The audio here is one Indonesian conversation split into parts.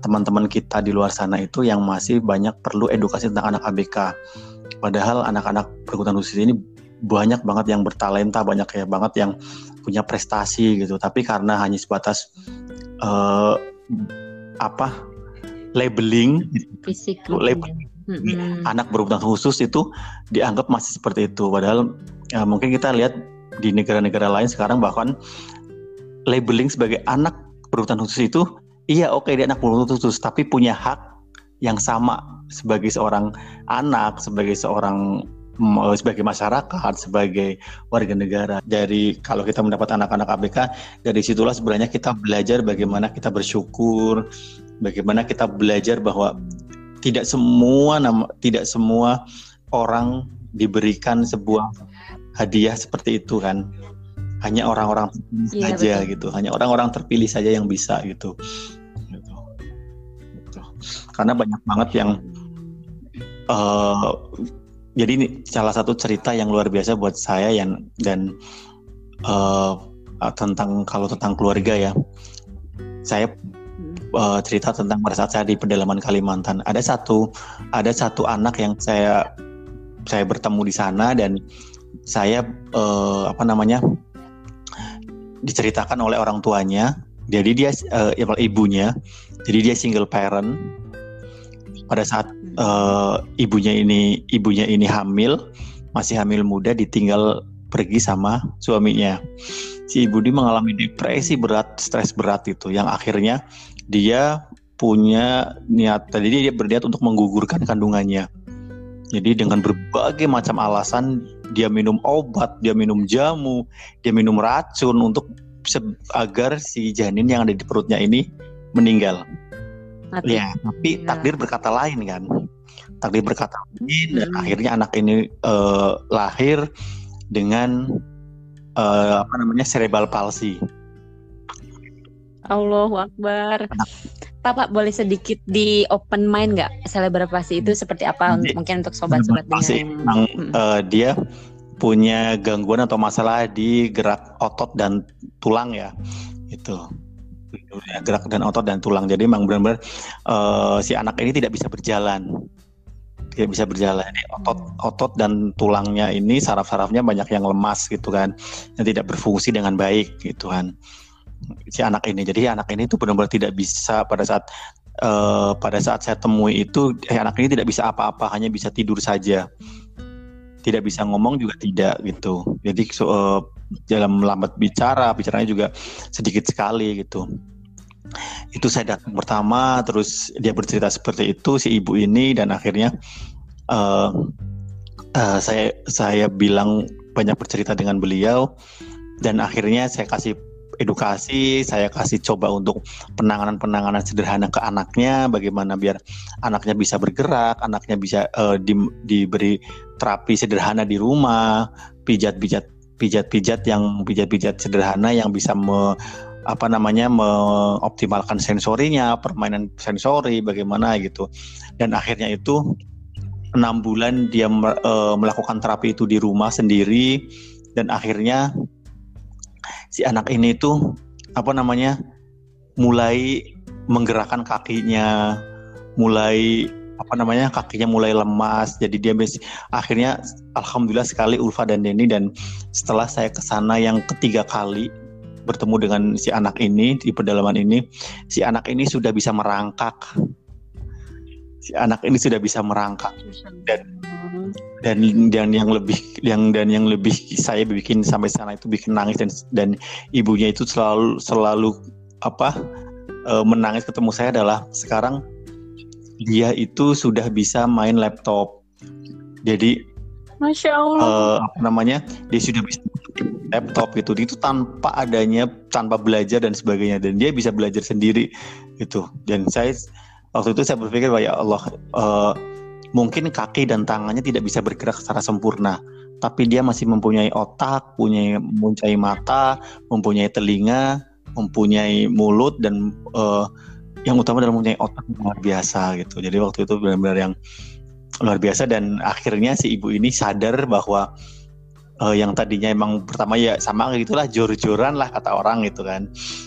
teman-teman kita di luar sana itu yang masih banyak perlu edukasi tentang anak ABK. Padahal anak-anak berkebutuhan khusus ini banyak banget yang bertalenta, banyak ya banget yang punya prestasi gitu. Tapi karena hanya sebatas labeling fisik, anak berkebutuhan khusus itu dianggap masih seperti itu. Padahal mungkin kita lihat di negara-negara lain sekarang bahkan labeling sebagai anak berkebutuhan khusus itu dia anak berkebutuhan khusus tapi punya hak yang sama sebagai seorang anak, sebagai masyarakat, sebagai warga negara. Dari kalau kita mendapat anak-anak ABK, dari situlah sebenarnya kita belajar bagaimana kita bersyukur, bagaimana kita belajar bahwa tidak semua orang diberikan sebuah hadiah seperti itu kan. Hanya orang-orang terpilih saja betul. Gitu. Hanya orang-orang terpilih saja yang bisa gitu. Karena banyak banget yang jadi ini salah satu cerita yang luar biasa buat saya tentang keluarga ya. Saya cerita tentang pada saat saya di pedalaman Kalimantan. Ada satu anak yang saya bertemu di sana dan saya diceritakan oleh orang tuanya. Jadi dia ibunya. Jadi dia single parent. Pada saat ibunya ini hamil, masih hamil muda, ditinggal pergi sama suaminya. Si ibu ini mengalami depresi berat, stres berat itu, yang akhirnya dia punya niat. Tadi dia berniat untuk menggugurkan kandungannya. Jadi dengan berbagai macam alasan, dia minum obat, dia minum jamu, dia minum racun agar si janin yang ada di perutnya ini meninggal. Ya, tapi takdir berkata lain kan. Takdir berkata lain dan akhirnya anak ini lahir dengan cerebral palsy. Allahu Akbar. Pak, boleh sedikit di open mind nggak cerebral palsy itu seperti apa? Mungkin untuk sobat-sobat dengar. Dia punya gangguan atau masalah di gerak otot dan tulang ya, itu. Gerak dan otot dan tulang. Jadi memang benar-benar si anak ini tidak bisa berjalan. Jadi otot dan tulangnya ini, saraf-sarafnya banyak yang lemas gitu kan, yang tidak berfungsi dengan baik gitu kan. Si anak ini. Jadi anak ini tuh benar-benar tidak bisa pada saat saya temui itu anak ini tidak bisa apa-apa, hanya bisa tidur saja. Tidak bisa ngomong juga tidak gitu. Jadi dalam lambat bicaranya juga sedikit sekali gitu. Itu saya datang pertama, terus dia bercerita seperti itu si ibu ini, dan akhirnya saya bilang banyak bercerita dengan beliau, dan akhirnya saya kasih edukasi, saya kasih coba untuk penanganan sederhana ke anaknya, bagaimana biar anaknya bisa bergerak, anaknya bisa diberi terapi sederhana di rumah, pijat-pijat sederhana yang bisa mengoptimalkan sensorinya, permainan sensori bagaimana gitu. Dan akhirnya itu 6 bulan dia melakukan terapi itu di rumah sendiri, dan akhirnya si anak ini tuh mulai menggerakkan kakinya, kakinya mulai lemas. Jadi dia akhirnya alhamdulillah sekali Ulfa dan Denny, dan setelah saya kesana yang ketiga kali bertemu dengan si anak ini di pedalaman ini, si anak ini sudah bisa merangkak. Dan yang lebih saya bikin sampai sana itu bikin nangis, dan ibunya itu selalu menangis ketemu saya adalah sekarang dia itu sudah bisa main laptop. Jadi Masya Allah. Dia sudah bisa laptop gitu. Itu tanpa belajar dan sebagainya, dan dia bisa belajar sendiri gitu. Dan waktu itu saya berpikir bahwa ya Allah, mungkin kaki dan tangannya tidak bisa bergerak secara sempurna, tapi dia masih mempunyai otak, mempunyai mata, mempunyai telinga, mempunyai mulut, dan yang utama adalah mempunyai otak yang luar biasa gitu. Jadi waktu itu benar-benar yang luar biasa, dan akhirnya si ibu ini sadar bahwa yang tadinya emang pertama ya sama gitulah, jor-joran lah kata orang gitu kan.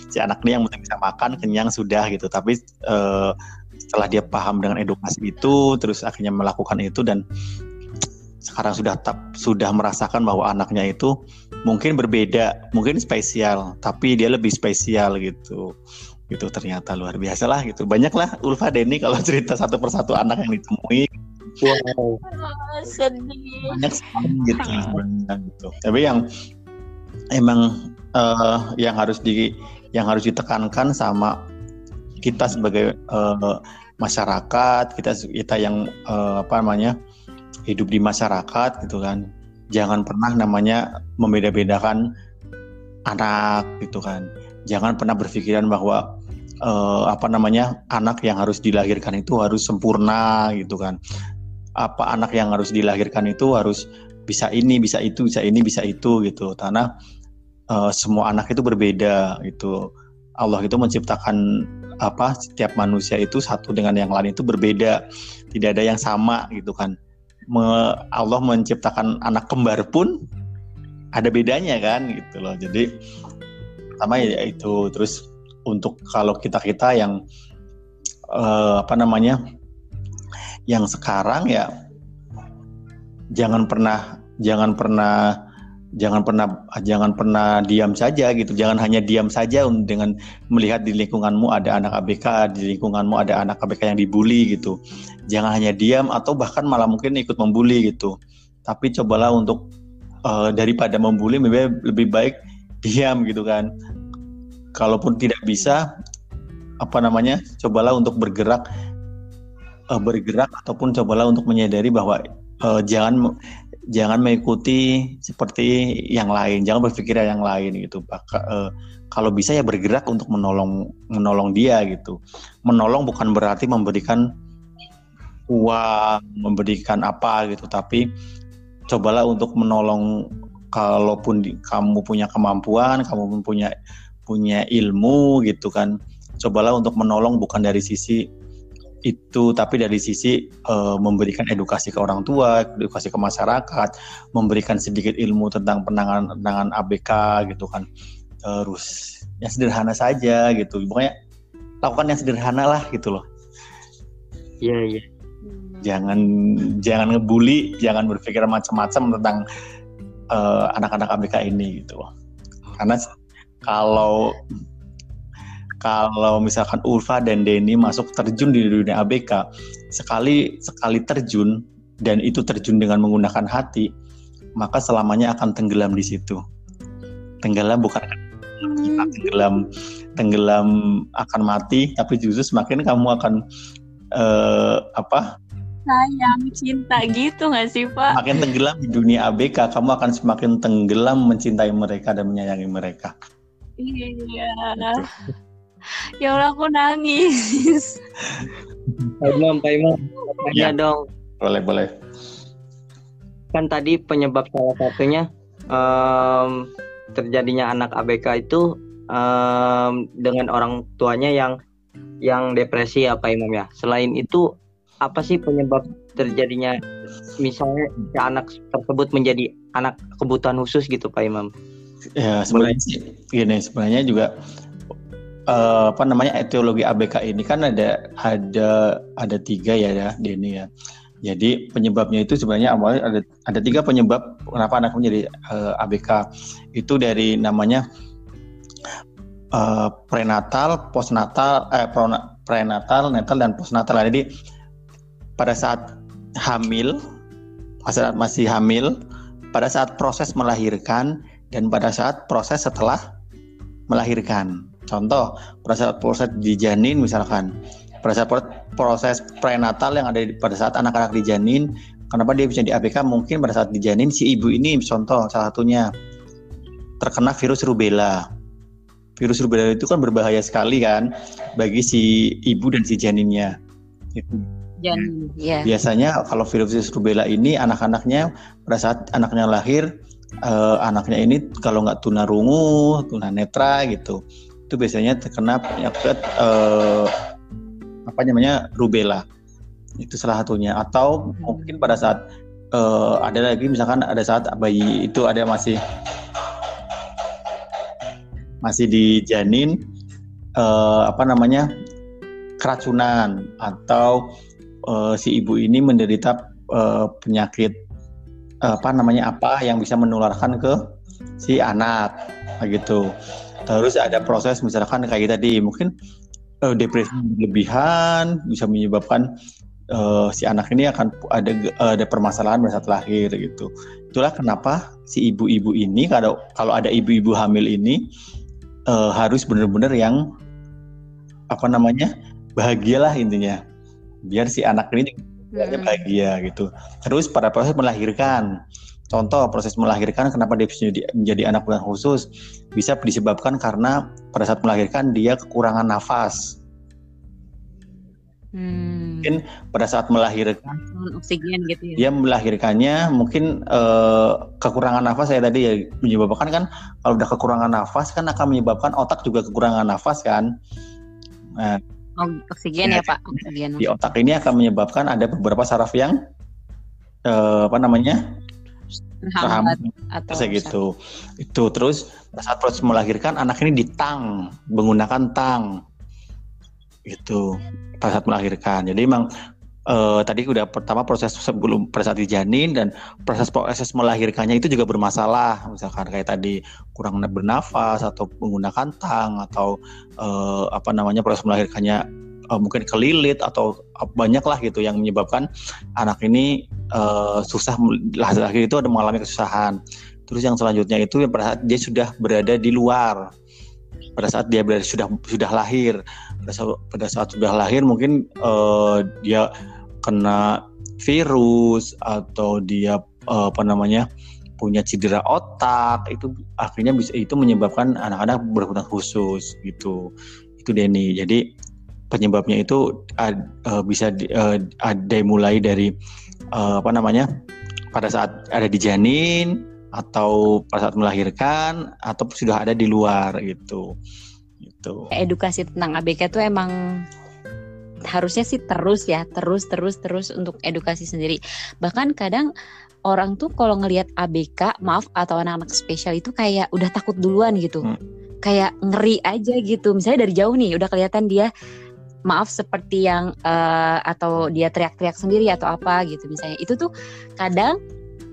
si anak ini yang penting bisa makan, kenyang sudah gitu. Tapi setelah dia paham dengan edukasi itu, terus akhirnya melakukan itu, dan sekarang sudah merasakan bahwa anaknya itu mungkin berbeda, mungkin spesial, tapi dia lebih spesial gitu. Gitu ternyata luar biasa lah gitu. Banyak lah Ulfa, Denny kalau cerita satu persatu anak yang ditemui. Wow. Sedih. Banyak sekali gitu sebenarnya gitu. Tapi yang emang yang harus ditekankan sama kita sebagai masyarakat, kita yang hidup di masyarakat gitu kan, jangan pernah namanya membeda-bedakan anak gitu kan, jangan pernah berpikiran bahwa anak yang harus dilahirkan itu harus sempurna gitu kan, anak yang harus dilahirkan itu harus bisa ini, bisa itu, bisa ini, bisa itu gitu, karena semua anak itu berbeda gitu. Allah itu menciptakan setiap manusia itu satu dengan yang lain itu berbeda, tidak ada yang sama gitu kan. Allah menciptakan anak kembar pun ada bedanya kan gitu loh. Jadi pertama ya itu, terus untuk kalau kita yang yang sekarang ya jangan pernah diam saja gitu. Jangan hanya diam saja dengan melihat di lingkunganmu ada anak ABK, di lingkunganmu ada anak ABK yang dibully gitu. Jangan hanya diam atau bahkan malah mungkin ikut membuli gitu. Tapi cobalah untuk daripada membuli lebih baik diam gitu kan. Kalaupun tidak bisa cobalah untuk bergerak ataupun cobalah untuk menyadari bahwa jangan mengikuti seperti yang lain, jangan berpikir yang lain gitu. Kalau bisa ya bergerak untuk menolong dia gitu. Menolong bukan berarti memberikan uang, memberikan apa gitu, tapi cobalah untuk menolong. Kalaupun kamu punya kemampuan, kamu pun punya ilmu gitu kan, cobalah untuk menolong bukan dari sisi itu, tapi dari sisi memberikan edukasi ke orang tua, edukasi ke masyarakat, memberikan sedikit ilmu tentang penanganan ABK gitu kan. Terus yang sederhana saja gitu, pokoknya lakukan yang sederhana lah gitu loh. Iya. Jangan ngebully, jangan berpikir macam-macam tentang anak-anak ABK ini gitu loh. Karena kalau misalkan Ulfa dan Denny masuk terjun di dunia ABK, sekali terjun dan itu terjun dengan menggunakan hati, maka selamanya akan tenggelam di situ. Tenggelam bukan tenggelam akan mati, tapi justru semakin kamu akan sayang, cinta gitu nggak sih Pak? Makin tenggelam di dunia ABK, kamu akan semakin tenggelam mencintai mereka dan menyayangi mereka. Iya. Gitu. Ya Allah, aku nangis. Pak Imam. Tanya dong. Boleh. Kan tadi penyebab salah satunya terjadinya anak ABK itu dengan orang tuanya yang depresi ya Pak Imam ya. Selain itu apa sih penyebab terjadinya misalnya anak tersebut menjadi anak kebutuhan khusus gitu Pak Imam? Ya sebenarnya juga etiologi ABK ini kan ada 3 ya Denny ya. Jadi penyebabnya itu sebenarnya awalnya ada 3 penyebab kenapa anak menjadi ABK. Itu dari namanya prenatal, postnatal, prenatal, natal dan postnatal. Jadi pada saat masih hamil, pada saat proses melahirkan, dan pada saat proses setelah melahirkan. Contoh, pada saat proses di janin misalkan, pada saat proses prenatal yang ada pada saat anak-anak di janin, kenapa dia bisa di ABK? Mungkin pada saat di janin si ibu ini, contoh salah satunya terkena virus rubella. Virus rubella itu kan berbahaya sekali kan bagi si ibu dan si janinnya. Itu. Ya. Biasanya kalau virus rubella ini anak-anaknya pada saat anaknya lahir, anaknya ini kalau nggak tunarungu, tunanetra gitu, itu biasanya terkena penyakit rubella. Itu salah satunya. Atau mungkin pada saat ada lagi misalkan ada saat bayi itu ada masih di janin, apa namanya keracunan atau si ibu ini menderita penyakit apa yang bisa menularkan ke si anak gitu. Terus ada proses misalkan kayak tadi mungkin depresi berlebihan bisa menyebabkan si anak ini akan ada permasalahan pada saat lahir gitu. Itulah kenapa si ibu-ibu ini kalau ada ibu-ibu hamil ini harus benar-benar yang apa namanya bahagialah intinya, biar si anak ini bahagia gitu. Terus pada proses melahirkan, contoh proses melahirkan kenapa dia bisa menjadi anak bulan khusus, bisa disebabkan karena pada saat melahirkan dia kekurangan nafas. Mungkin pada saat melahirkan oksigen gitu ya. Dia melahirkannya mungkin kekurangan nafas saya tadi ya, menyebabkan kan kalau udah kekurangan nafas kan akan menyebabkan otak juga kekurangan nafas kan. Nah, oksigen ya Pak, oksigen. Di otak ini akan menyebabkan ada beberapa saraf yang hambat atau gitu. Itu terus pada saat proses melahirkan anak ini ditang menggunakan tang. Gitu pada saat melahirkan. Jadi memang tadi udah pertama proses sebelum pada saat dijanin dan proses melahirkannya itu juga bermasalah. Misalkan kayak tadi kurang bernafas atau menggunakan tang atau proses melahirkannya mungkin kelilit atau banyak lah gitu yang menyebabkan anak ini susah lahir itu ada mengalami kesusahan. Terus yang selanjutnya itu pada saat dia sudah berada di luar. Pada saat dia sudah lahir, pada saat sudah lahir mungkin dia kena virus atau dia punya cedera otak, itu akhirnya itu menyebabkan anak-anak berkebutuhan khusus gitu. Itu Denny. Jadi penyebabnya itu bisa dimulai dari pada saat ada di janin atau pada saat melahirkan atau sudah ada di luar gitu. Edukasi tentang ABK itu emang harusnya sih terus untuk edukasi sendiri. Bahkan kadang orang tuh kalau ngelihat ABK, atau anak-anak spesial itu kayak udah takut duluan gitu. Kayak ngeri aja gitu. Misalnya dari jauh nih udah kelihatan dia seperti yang atau dia teriak-teriak sendiri atau apa gitu misalnya. Itu tuh kadang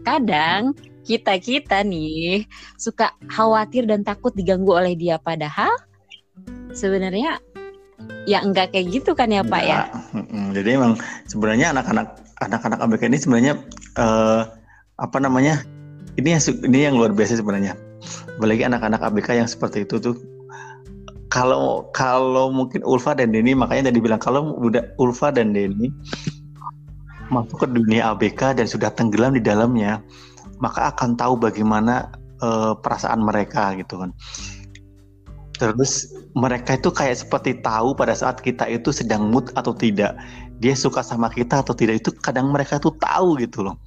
kita nih suka khawatir dan takut diganggu oleh dia, padahal sebenarnya ya enggak kayak gitu kan ya Pak ya. Jadi emang sebenarnya anak-anak ABK ini sebenarnya ini yang luar biasa sebenarnya. Apalagi anak-anak ABK yang seperti itu tuh kalau mungkin Ulfa dan Denny, makanya tadi bilang kalau udah Ulfa dan Denny masuk ke dunia ABK dan sudah tenggelam di dalamnya, maka akan tahu bagaimana perasaan mereka gitu kan. Terus mereka itu kayak seperti tahu pada saat kita itu sedang mood atau tidak, dia suka sama kita atau tidak, itu kadang mereka tuh tahu gitu loh.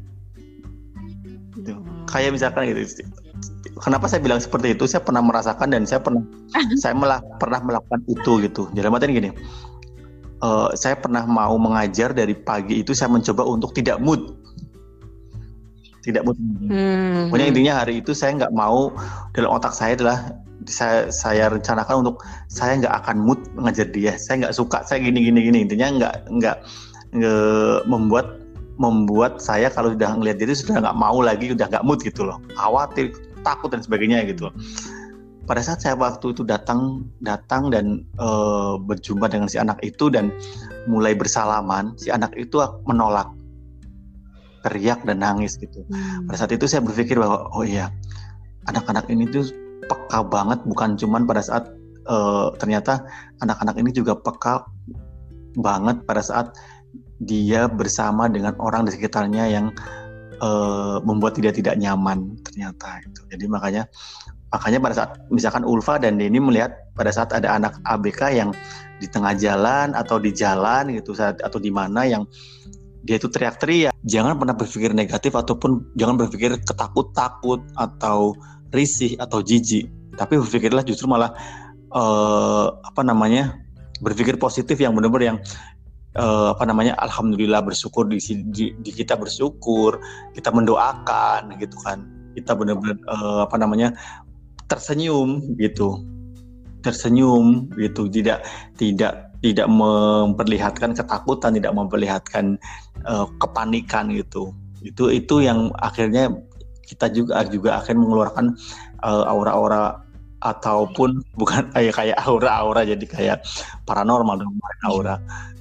Gitu. Kayak misalkan gitu. Kenapa saya bilang seperti itu? Saya pernah merasakan dan saya pernah melakukan itu gitu. Jadi artinya gini, saya pernah mau mengajar dari pagi itu saya mencoba untuk tidak mood. Pokoknya intinya hari itu saya nggak mau, dalam otak saya adalah saya rencanakan untuk saya nggak akan mood mengajar dia, saya nggak suka, saya gini intinya nggak membuat saya kalau sudah ngelihat dia itu sudah nggak mau lagi, udah nggak mood gitu loh, khawatir, takut dan sebagainya gitu. Pada saat saya waktu itu datang dan berjumpa dengan si anak itu dan mulai bersalaman, si anak itu menolak, teriak dan nangis gitu. Pada saat itu saya berpikir bahwa oh iya, anak-anak ini tuh peka banget, bukan cuman pada saat ternyata anak-anak ini juga peka banget pada saat dia bersama dengan orang di sekitarnya yang membuat dia tidak nyaman ternyata itu. Jadi makanya pada saat misalkan Ulfa dan Denny melihat pada saat ada anak ABK yang di tengah jalan atau di jalan gitu atau di mana yang dia itu teriak-teriak, jangan pernah berpikir negatif ataupun jangan berpikir takut atau risih atau jijik, tapi berpikirlah justru malah berpikir positif yang benar-benar yang alhamdulillah, bersyukur di kita bersyukur, kita mendoakan gitu kan, kita benar-benar tersenyum gitu. tersenyum gitu, tidak memperlihatkan ketakutan, tidak memperlihatkan kepanikan gitu. Itu yang akhirnya kita juga akan mengeluarkan aura-aura, ataupun bukan kayak aura-aura, jadi kayak paranormal dong, aura.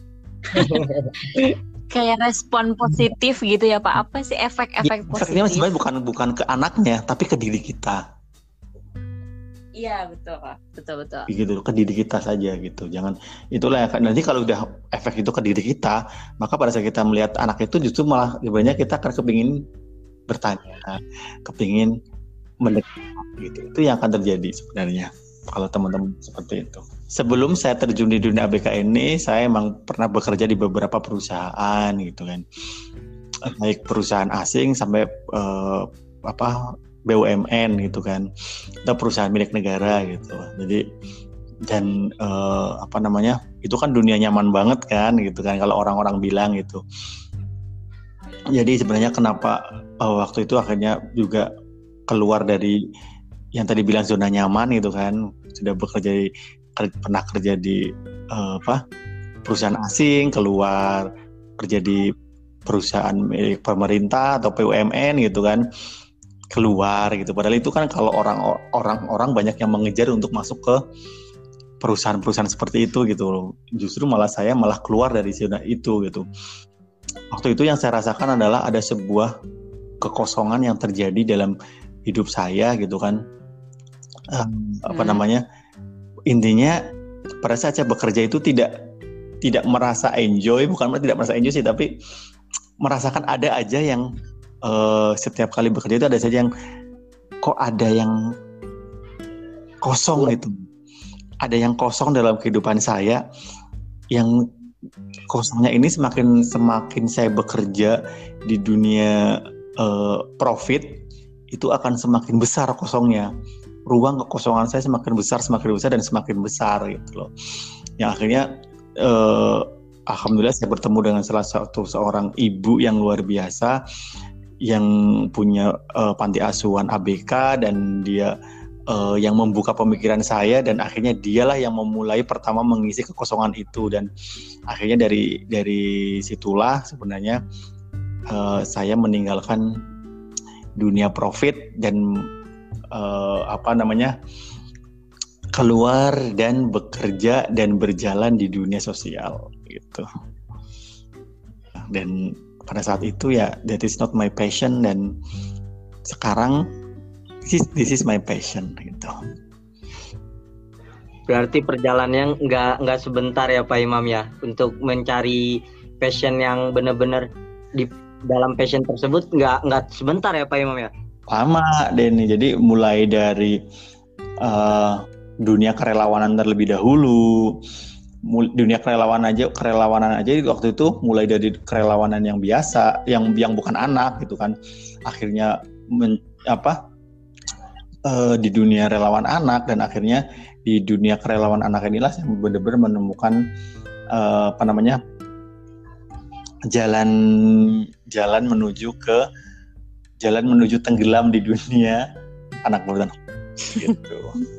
Kayak respon positif gitu ya Pak. Apa sih efek-efek positif? Efeknya sebenarnya bukan ke anaknya, tapi ke diri kita. Iya betul Pak, betul. Gitu, ke diri kita saja gitu. Jangan, itulah nanti kalau udah efek itu ke diri kita, maka pada saat kita melihat anak itu justru malah sebenarnya kita akan kepingin bertanya, kepingin mendekat gitu. Itu yang akan terjadi sebenarnya kalau teman-teman seperti itu. Sebelum saya terjun di dunia ABK ini, saya emang pernah bekerja di beberapa perusahaan gitu kan, baik perusahaan asing sampai BUMN gitu kan, atau perusahaan milik negara gitu. Jadi dan itu kan dunia nyaman banget kan gitu kan kalau orang-orang bilang gitu. Jadi sebenarnya kenapa waktu itu akhirnya juga keluar dari yang tadi bilang zona nyaman gitu kan, sudah pernah kerja di perusahaan asing, keluar kerja di perusahaan milik pemerintah atau BUMN gitu kan, keluar gitu. Padahal itu kan kalau orang banyak yang mengejar untuk masuk ke perusahaan-perusahaan seperti itu gitu. Justru saya malah keluar dari zona itu gitu. Waktu itu yang saya rasakan adalah ada sebuah kekosongan yang terjadi dalam hidup saya gitu kan. Intinya pada saat saya bekerja itu tidak merasa enjoy, bukan tidak merasa enjoy sih, tapi merasakan ada aja yang setiap kali bekerja itu ada saja yang kok ada yang kosong gitu. Ada yang kosong dalam kehidupan saya, yang kosongnya ini semakin saya bekerja di dunia profit, itu akan semakin besar kosongnya. Ruang kekosongan saya semakin besar dan semakin besar gitu loh. Yang akhirnya alhamdulillah saya bertemu dengan seorang ibu yang luar biasa, yang punya panti asuhan ABK, dan dia yang membuka pemikiran saya, dan akhirnya dialah yang memulai pertama mengisi kekosongan itu. Dan akhirnya dari situlah sebenarnya saya meninggalkan dunia profit dan keluar dan bekerja dan berjalan di dunia sosial gitu. Dan pada saat itu ya, that is not my passion, dan sekarang this is my passion gitu. Berarti perjalanannya nggak sebentar ya Pak Imam ya, untuk mencari passion yang benar-benar di dalam passion tersebut nggak sebentar ya Pak Imam ya? Lama Denny. Jadi mulai dari dunia kerelawanan terlebih dahulu. Dunia kerelawanan aja waktu itu mulai dari kerelawanan yang biasa, yang bukan anak gitu kan. Akhirnya di dunia relawan anak, dan akhirnya di dunia kerelawan anak inilah saya benar-benar menemukan jalan menuju tenggelam di dunia anak muda gitu.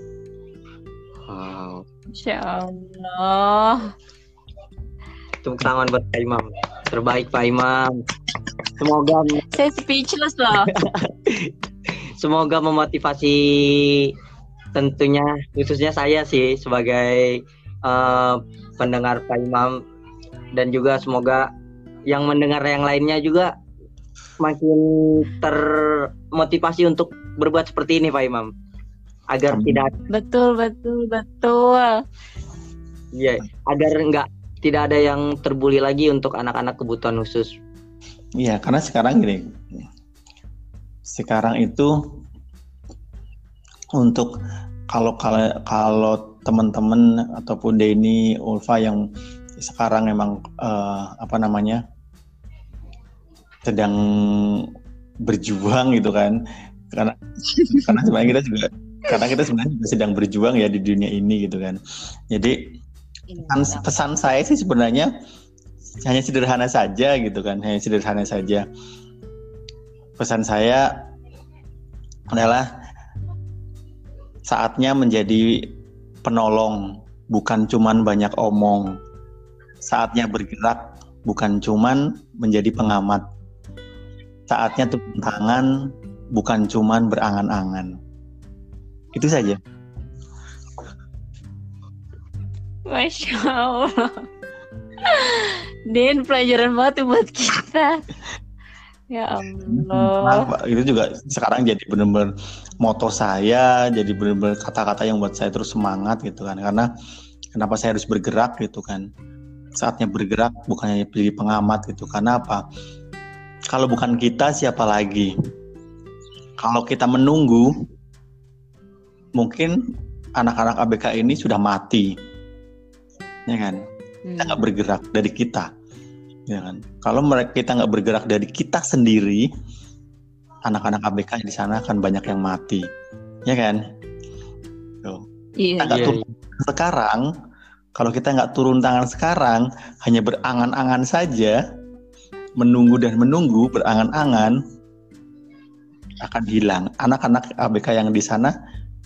Wow. Insya Allah. Tepuk tangan buat Pak Imam. Terbaik Pak Imam. Semoga saya speechless loh. Semoga memotivasi, tentunya khususnya saya sih sebagai pendengar Pak Imam, dan juga semoga yang mendengar yang lainnya juga makin termotivasi untuk berbuat seperti ini Pak Imam, agar betul. Iya, agar tidak ada yang terbuli lagi untuk anak-anak kebutuhan khusus. Iya, karena sekarang itu untuk kalau teman-teman ataupun Denny, Ulfa yang sekarang emang sedang berjuang gitu kan, karena sebenarnya kita sebenarnya juga sedang berjuang ya di dunia ini gitu kan. Jadi pesan saya sih sebenarnya hanya sederhana saja gitu kan, pesan saya adalah saatnya menjadi penolong, bukan cuman banyak omong. Saatnya bergerak, bukan cuman menjadi pengamat. Saatnya turun tangan, bukan cuman berangan-angan. Itu saja. Masya Allah. Din, pelajaran banget tuh buat kita. Ya Allah. Nah, itu juga sekarang jadi benar-benar moto saya, jadi benar-benar kata-kata yang buat saya terus semangat gitu kan. Karena kenapa saya harus bergerak gitu kan. Saatnya bergerak, bukan hanya jadi pengamat gitu. Karena apa? Kalau bukan kita, siapa lagi? Kalau kita menunggu, mungkin anak-anak ABK ini sudah mati, ya kan? Kita nggak bergerak dari kita, ya kan? Kalau kita nggak bergerak dari kita sendiri, anak-anak ABK di sana akan banyak yang mati, ya kan? Tuh. Iya. Kita nggak turun sekarang. Kalau kita nggak turun tangan sekarang, hanya berangan-angan saja, menunggu dan menunggu, berangan-angan, akan hilang. Anak-anak ABK yang di sana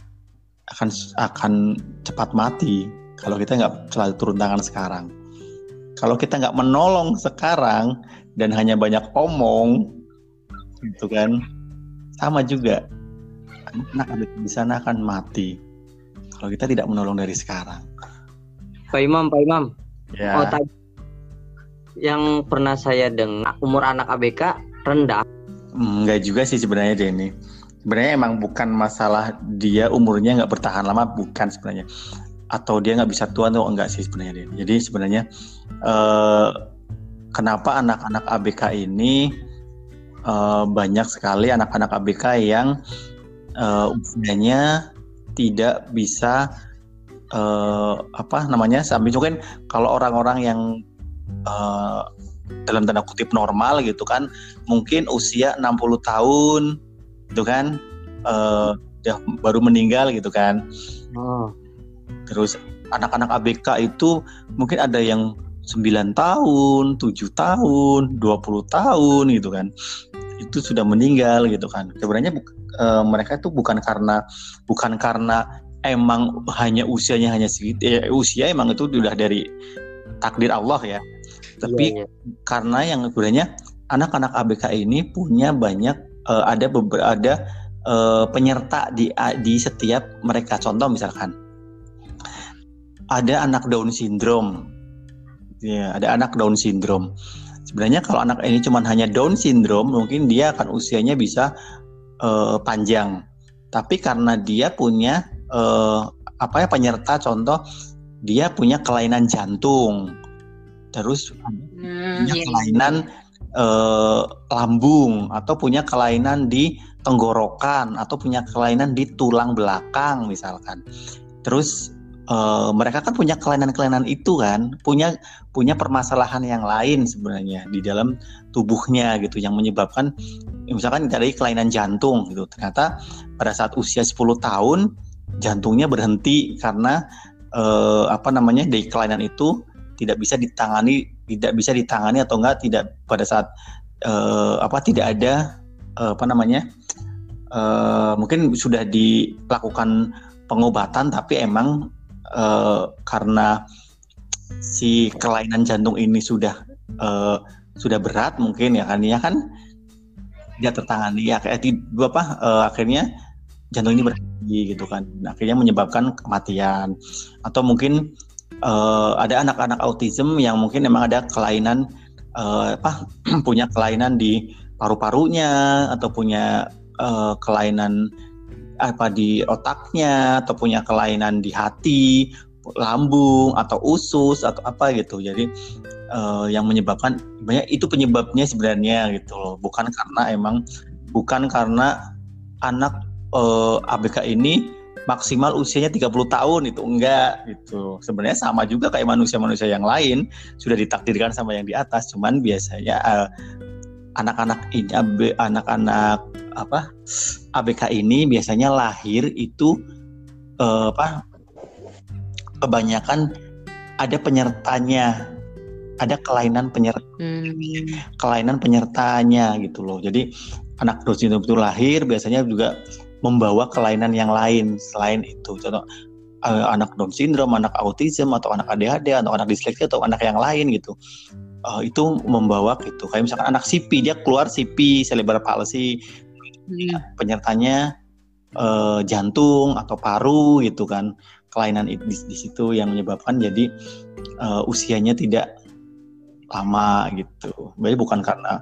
akan cepat mati kalau kita nggak selalu turun tangan sekarang. Kalau kita nggak menolong sekarang dan hanya banyak omong, gitu kan, sama juga anak-anak ABK di sana akan mati kalau kita tidak menolong dari sekarang. Pak Imam. Ya. Oh, tadi yang pernah saya dengar umur anak ABK rendah. Enggak juga sih sebenarnya Denny. Sebenarnya emang bukan masalah dia umurnya nggak bertahan lama, bukan sebenarnya. Atau dia nggak bisa tua atau enggak sih sebenarnya Denny. Jadi sebenarnya kenapa anak-anak ABK ini banyak sekali anak-anak ABK yang usianya tidak bisa sampai mungkin kalau orang-orang yang dalam tanda kutip normal gitu kan, mungkin usia 60 tahun gitu kan, baru meninggal gitu kan. Terus anak-anak ABK itu mungkin ada yang 9 tahun, 7 tahun, 20 tahun gitu kan, itu sudah meninggal gitu kan. Sebenarnya mereka itu bukan karena emang hanya usianya hanya segitu, usia emang itu sudah dari takdir Allah ya. Tapi karena yang sebenarnya anak-anak ABK ini punya banyak ada penyerta di setiap mereka. Contoh misalkan ada anak Down syndrome. Ya, ada anak Down syndrome. Sebenarnya kalau anak ini cuma hanya Down syndrome, mungkin dia akan usianya bisa panjang. Tapi karena dia punya penyerta, contoh dia punya kelainan jantung. Terus punya kelainan lambung, atau punya kelainan di tenggorokan, atau punya kelainan di tulang belakang misalkan. Terus mereka kan punya kelainan-kelainan itu kan, punya permasalahan yang lain sebenarnya di dalam tubuhnya gitu, yang menyebabkan misalkan dari kelainan jantung gitu. Ternyata pada saat usia 10 tahun jantungnya berhenti karena dari kelainan itu tidak bisa ditangani atau enggak, tidak pada saat tidak ada mungkin sudah dilakukan pengobatan, tapi emang karena si kelainan jantung ini sudah berat mungkin ya kan tidak tertangani ya, akhirnya jantung ini berhenti gitu kan, akhirnya menyebabkan kematian. Atau mungkin ada anak-anak autism yang mungkin memang ada kelainan punya kelainan di paru-parunya, atau punya kelainan di otaknya, atau punya kelainan di hati, lambung, atau usus, atau apa gitu. Jadi yang menyebabkan itu penyebabnya sebenarnya gitu loh, bukan karena anak ABK ini maksimal usianya 30 tahun, itu enggak gitu. Sebenarnya sama juga kayak manusia-manusia yang lain, sudah ditakdirkan sama yang di atas. Cuman biasanya anak-anak ABK ini biasanya lahir itu kebanyakan ada penyertanya, ada kelainan penyertanya gitu loh. Jadi anak Down syndrome itu lahir biasanya juga membawa kelainan yang lain selain itu. Contoh anak Down syndrome, anak autism, atau anak ADHD, atau anak disleksia, atau anak yang lain gitu. Itu membawa gitu. Kayak misalkan anak CP, dia keluar CP, cerebral palsy, penyertanya jantung atau paru gitu kan. Kelainan di situ yang menyebabkan jadi usianya tidak lama gitu. Jadi bukan karena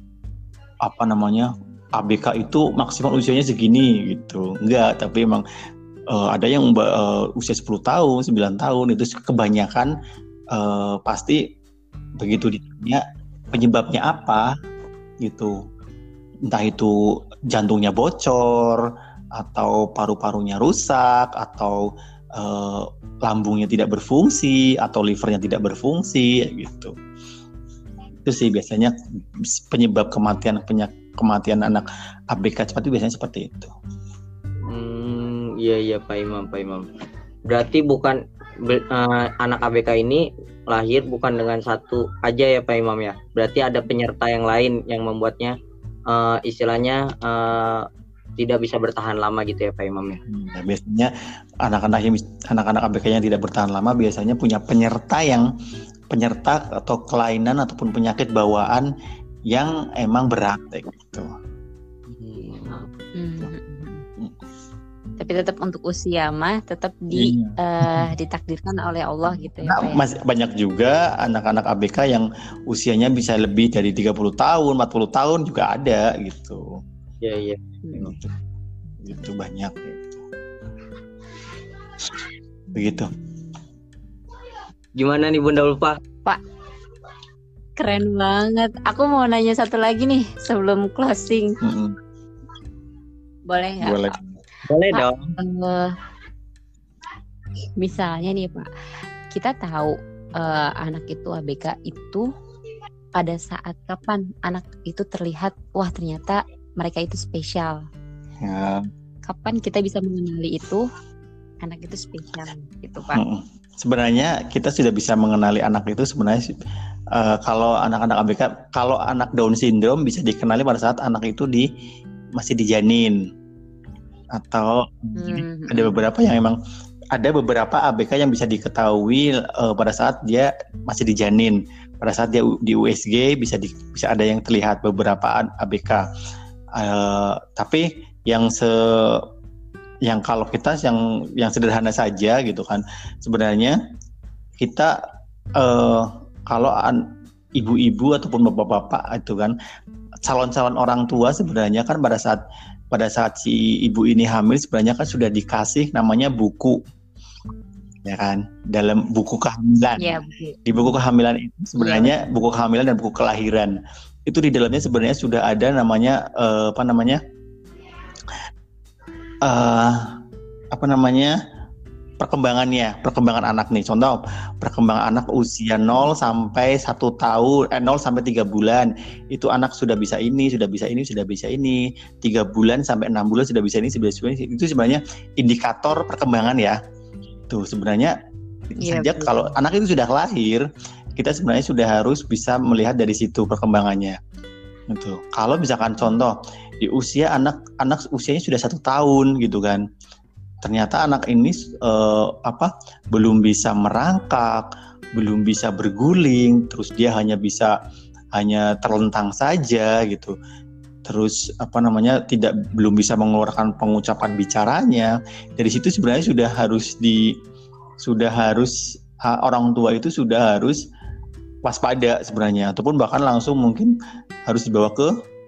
ABK itu maksimal usianya segini gitu. Enggak, tapi emang ada yang usia 10 tahun, 9 tahun itu kebanyakan pasti begitu ditanya penyebabnya apa gitu. Entah itu jantungnya bocor atau paru-parunya rusak atau lambungnya tidak berfungsi atau livernya tidak berfungsi gitu. Itu sih biasanya penyebab kematian anak ABK cepat itu biasanya seperti itu. Iya Pak Imam. Berarti bukan anak ABK ini lahir bukan dengan satu aja ya Pak Imam ya. Berarti ada penyerta yang lain yang membuatnya istilahnya tidak bisa bertahan lama gitu ya Pak Imam ya. Biasanya anak-anak ABK yang tidak bertahan lama biasanya punya penyerta atau kelainan ataupun penyakit bawaan yang emang berat gitu. Tapi tetap untuk usia mah tetap ditakdirkan oleh Allah gitu ya. Masih banyak juga anak-anak ABK yang usianya bisa lebih dari 30 tahun, 40 tahun juga ada gitu. Iya. Gitu banyak gitu. Begitu. Gimana nih Bunda Ulfa? Pak, keren banget. Aku mau nanya satu lagi nih sebelum closing. Boleh nggak? Boleh. Boleh dong. Misalnya nih Pak, kita tahu anak itu ABK itu pada saat kapan anak itu terlihat, wah ternyata mereka itu spesial. Ya. Kapan kita bisa mengenali itu anak itu spesial gitu Pak? Sebenarnya kita sudah bisa mengenali anak itu sebenarnya kalau anak-anak ABK, kalau anak Down syndrome bisa dikenali pada saat anak itu masih dijanin, atau ada beberapa ABK yang bisa diketahui pada saat dia masih dijanin, pada saat dia di USG bisa ada yang terlihat beberapa ABK. Tapi yang kalau kita yang sederhana saja gitu kan, sebenarnya kita kalau ibu-ibu ataupun bapak-bapak itu kan calon-calon orang tua sebenarnya kan pada saat si ibu ini hamil sebenarnya kan sudah dikasih namanya buku, ya kan, dalam buku kehamilan. Ya, di buku kehamilan itu sebenarnya buku kehamilan dan buku kelahiran itu di dalamnya sebenarnya sudah ada namanya perkembangan anak nih. Contoh, perkembangan anak usia 0 sampai 1 tahun, 0 sampai 3 bulan. Itu anak sudah bisa ini, sudah bisa ini, sudah bisa ini. 3 bulan sampai 6 bulan sudah bisa ini, sudah bisa ini. Itu sebenarnya indikator perkembangan ya. Tuh sebenarnya sejak kalau anak itu sudah lahir, kita sebenarnya sudah harus bisa melihat dari situ perkembangannya. Gitu. Kalau misalkan contoh di usia anak usianya sudah 1 tahun gitu kan, ternyata anak ini belum bisa merangkak, belum bisa berguling, terus dia hanya terlentang saja gitu, terus belum bisa mengeluarkan pengucapan bicaranya. Dari situ sebenarnya sudah harus orang tua itu sudah harus waspada sebenarnya, ataupun bahkan langsung mungkin harus dibawa ke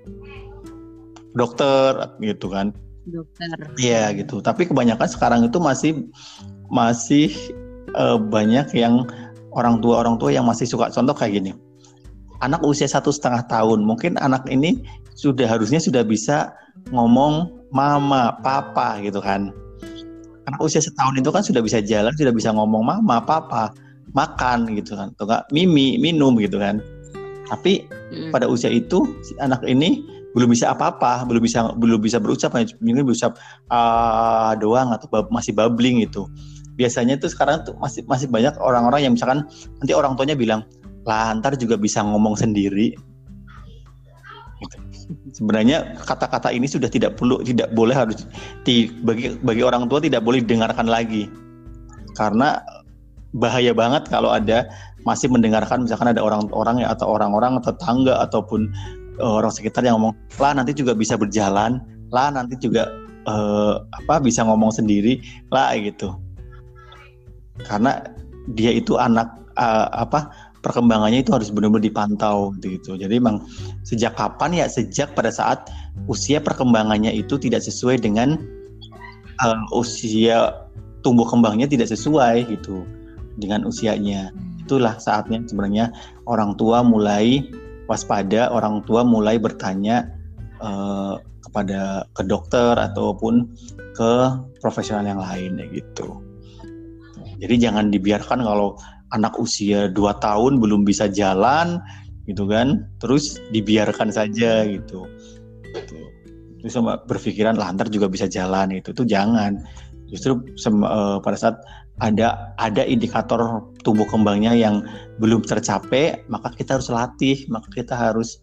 dokter gitu kan. Iya gitu. Tapi kebanyakan sekarang itu masih banyak yang orang tua yang masih suka, contoh kayak gini. Anak usia 1,5 tahun, mungkin anak ini harusnya sudah bisa ngomong mama, papa gitu kan. Anak usia 1 tahun itu kan sudah bisa jalan, sudah bisa ngomong mama, papa, makan gitu kan, atau enggak minum gitu kan. Tapi pada usia itu si anak ini belum bisa apa-apa, belum bisa berucap, mungkin berucap doang atau masih babbling gitu. Biasanya tuh sekarang tuh masih banyak orang-orang yang misalkan nanti orang tuanya bilang, lah ntar juga bisa ngomong sendiri. Gitu. Sebenarnya kata-kata ini sudah tidak boleh, harus bagi orang tua tidak boleh didengarkan lagi. karena bahaya banget kalau ada masih mendengarkan misalkan ada orang-orang ya atau orang-orang tetangga ataupun orang sekitar yang ngomong lah nanti juga bisa berjalan, lah nanti juga bisa ngomong sendiri lah gitu. Karena dia itu anak perkembangannya itu harus benar-benar dipantau gitu. Jadi emang sejak kapan ya? Sejak pada saat usia perkembangannya itu tidak sesuai dengan usia tumbuh kembangnya tidak sesuai gitu dengan usianya. Itulah saatnya sebenarnya orang tua mulai waspada, orang tua mulai bertanya ke dokter ataupun ke profesional yang lain gitu. Jadi jangan dibiarkan kalau anak usia 2 tahun belum bisa jalan gitu kan, terus dibiarkan saja gitu. Terus sama berpikiran lah ntar juga bisa jalan itu jangan. Justru pada saat ada indikator tumbuh kembangnya yang belum tercapai, maka kita harus latih, maka kita harus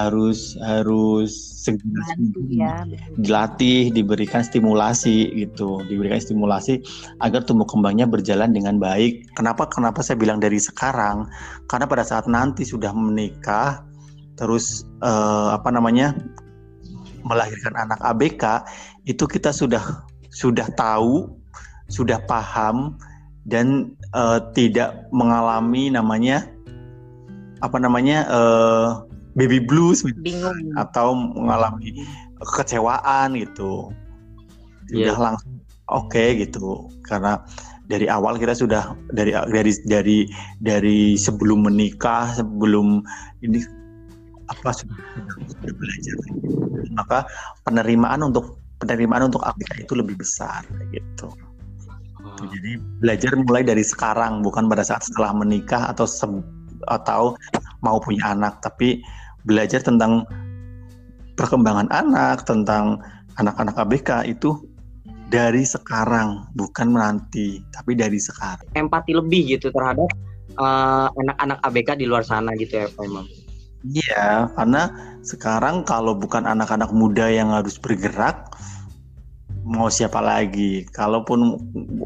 segera dilatih, diberikan stimulasi gitu, agar tumbuh kembangnya berjalan dengan baik. Kenapa saya bilang dari sekarang? Karena pada saat nanti sudah menikah, terus melahirkan anak ABK, itu kita sudah tahu, sudah paham dan tidak mengalami baby blues atau mengalami kekecewaan gitu. Sudah langsung oke gitu. Karena dari awal kita sudah dari sebelum menikah, sebelum ini sudah belajar. Maka penerimaan untuk ABK itu lebih besar gitu. Jadi belajar mulai dari sekarang, bukan pada saat setelah menikah atau mau punya anak, tapi belajar tentang perkembangan anak, tentang anak-anak ABK itu dari sekarang, bukan nanti, tapi dari sekarang. Empati lebih gitu terhadap anak-anak ABK di luar sana gitu ya Pak Imam. Iya, karena sekarang kalau bukan anak-anak muda yang harus bergerak, mau siapa lagi? Kalaupun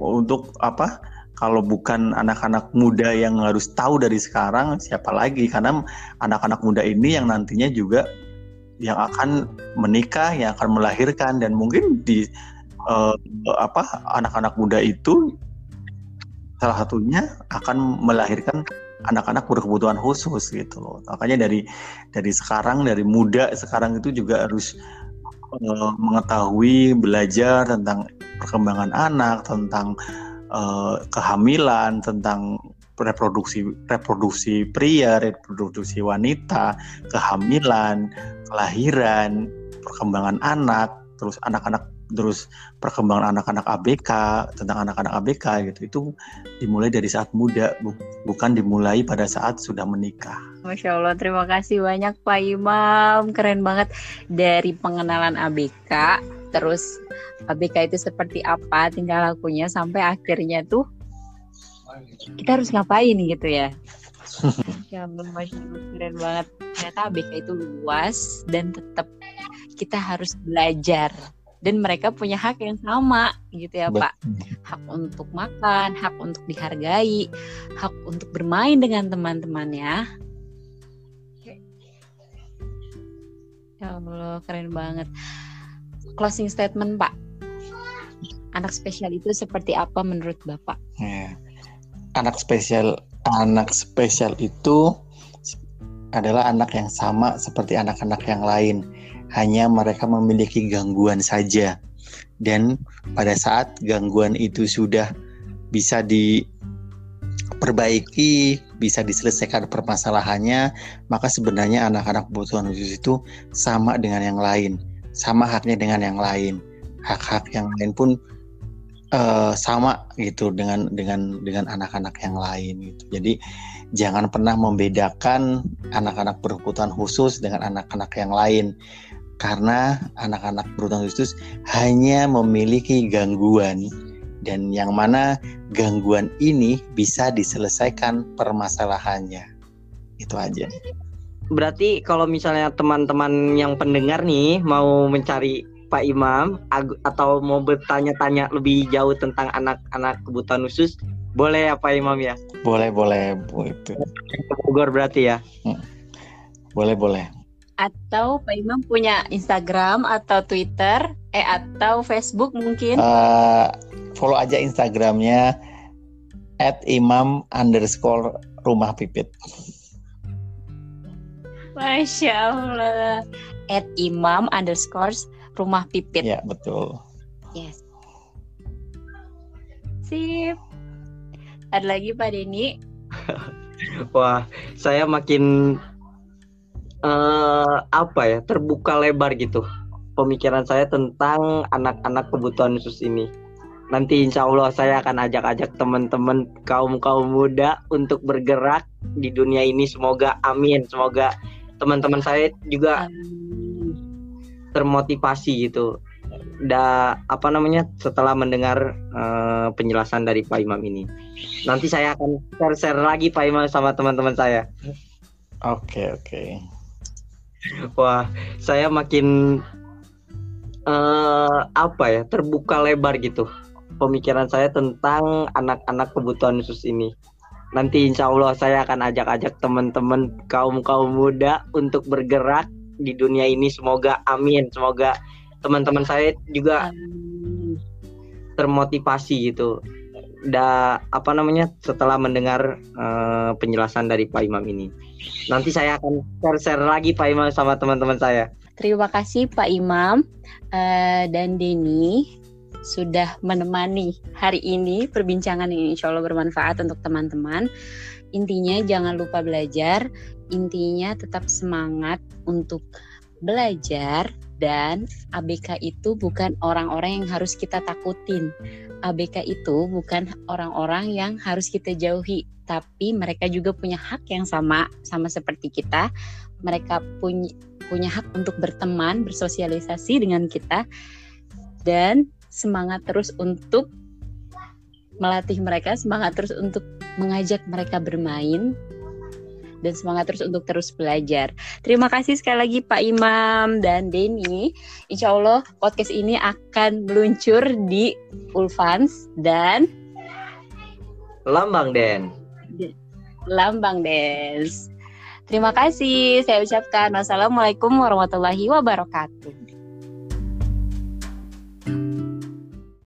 kalau bukan anak-anak muda yang harus tahu dari sekarang, siapa lagi? Karena anak-anak muda ini yang nantinya juga yang akan menikah, yang akan melahirkan, dan mungkin di anak-anak muda itu salah satunya akan melahirkan anak-anak berkebutuhan khusus gitu loh. Makanya dari sekarang, dari muda sekarang itu juga harus mengetahui, belajar tentang perkembangan anak, tentang kehamilan, tentang reproduksi pria, reproduksi wanita, kehamilan, kelahiran, perkembangan anak, terus perkembangan anak-anak ABK, tentang anak-anak ABK gitu. Itu dimulai dari saat muda, bukan dimulai pada saat sudah menikah. Masya Allah, terima kasih banyak Pak Imam, keren banget. Dari pengenalan ABK, terus ABK itu seperti apa tingkah lakunya, sampai akhirnya tuh kita harus ngapain gitu ya. Ya Allah, Masya Allah, keren banget. Ternyata ABK itu luas dan tetap kita harus belajar. Dan mereka punya hak yang sama gitu ya Pak. Hak untuk makan, hak untuk dihargai, hak untuk bermain dengan teman-temannya. Ya Allah, keren banget. Closing statement Pak. Anak spesial itu seperti apa menurut Bapak? Ya. Anak spesial itu adalah anak yang sama seperti anak-anak yang lain. Hanya mereka memiliki gangguan saja. Dan pada saat gangguan itu sudah bisa diperbaiki, bisa diselesaikan permasalahannya, maka sebenarnya anak-anak berkebutuhan khusus itu sama dengan yang lain, sama haknya dengan yang lain. Hak-hak yang lain pun sama gitu dengan anak-anak yang lain gitu. Jadi jangan pernah membedakan anak-anak berkebutuhan khusus dengan anak-anak yang lain. Karena anak-anak berkebutuhan khusus hanya memiliki gangguan, dan yang mana gangguan ini bisa diselesaikan permasalahannya. Itu aja. Berarti kalau misalnya teman-teman yang pendengar nih mau mencari Pak Imam atau mau bertanya-tanya lebih jauh tentang anak-anak kebutuhan khusus, Boleh ya Pak Imam ya? Boleh itu. Ke Bogor berarti ya? Boleh. Atau Pak Imam punya Instagram atau Twitter, atau Facebook mungkin? Follow aja Instagramnya @imam_rumahpipit. Masya Allah. @imam_rumahpipit. Ya, betul. Yes. Sip. Ada lagi Pak Denny? Wah, saya makin terbuka lebar gitu pemikiran saya tentang anak-anak kebutuhan khusus ini. Nanti insya Allah saya akan ajak-ajak teman-teman kaum muda untuk bergerak di dunia ini. Semoga amin. Semoga teman-teman saya juga termotivasi gitu. Setelah mendengar penjelasan dari Pak Imam ini. Nanti saya akan share lagi Pak Imam sama teman-teman saya. Oke. Wah, saya makin terbuka lebar gitu pemikiran saya tentang anak-anak kebutuhan khusus ini. Nanti insya Allah saya akan ajak-ajak teman-teman kaum muda untuk bergerak di dunia ini. Semoga amin. Semoga teman-teman saya juga termotivasi gitu. Setelah mendengar penjelasan dari Pak Imam ini. Nanti saya akan share lagi Pak Imam sama teman-teman saya. Terima kasih Pak Imam dan Denny sudah menemani hari ini perbincangan ini, insya Allah bermanfaat untuk teman-teman. Intinya jangan lupa belajar, intinya tetap semangat untuk belajar, dan ABK itu bukan orang-orang yang harus kita takutin. ABK itu bukan orang-orang yang harus kita jauhi, tapi mereka juga punya hak yang sama seperti kita. Mereka punya hak untuk berteman, bersosialisasi dengan kita, dan semangat terus untuk melatih mereka, semangat terus untuk mengajak mereka bermain, dan semangat terus untuk terus belajar. Terima kasih sekali lagi Pak Imam dan Denny. Insya Allah podcast ini akan meluncur di Ulfans dan Lambang Dance. Terima kasih. Saya ucapkan wassalamualaikum warahmatullahi wabarakatuh.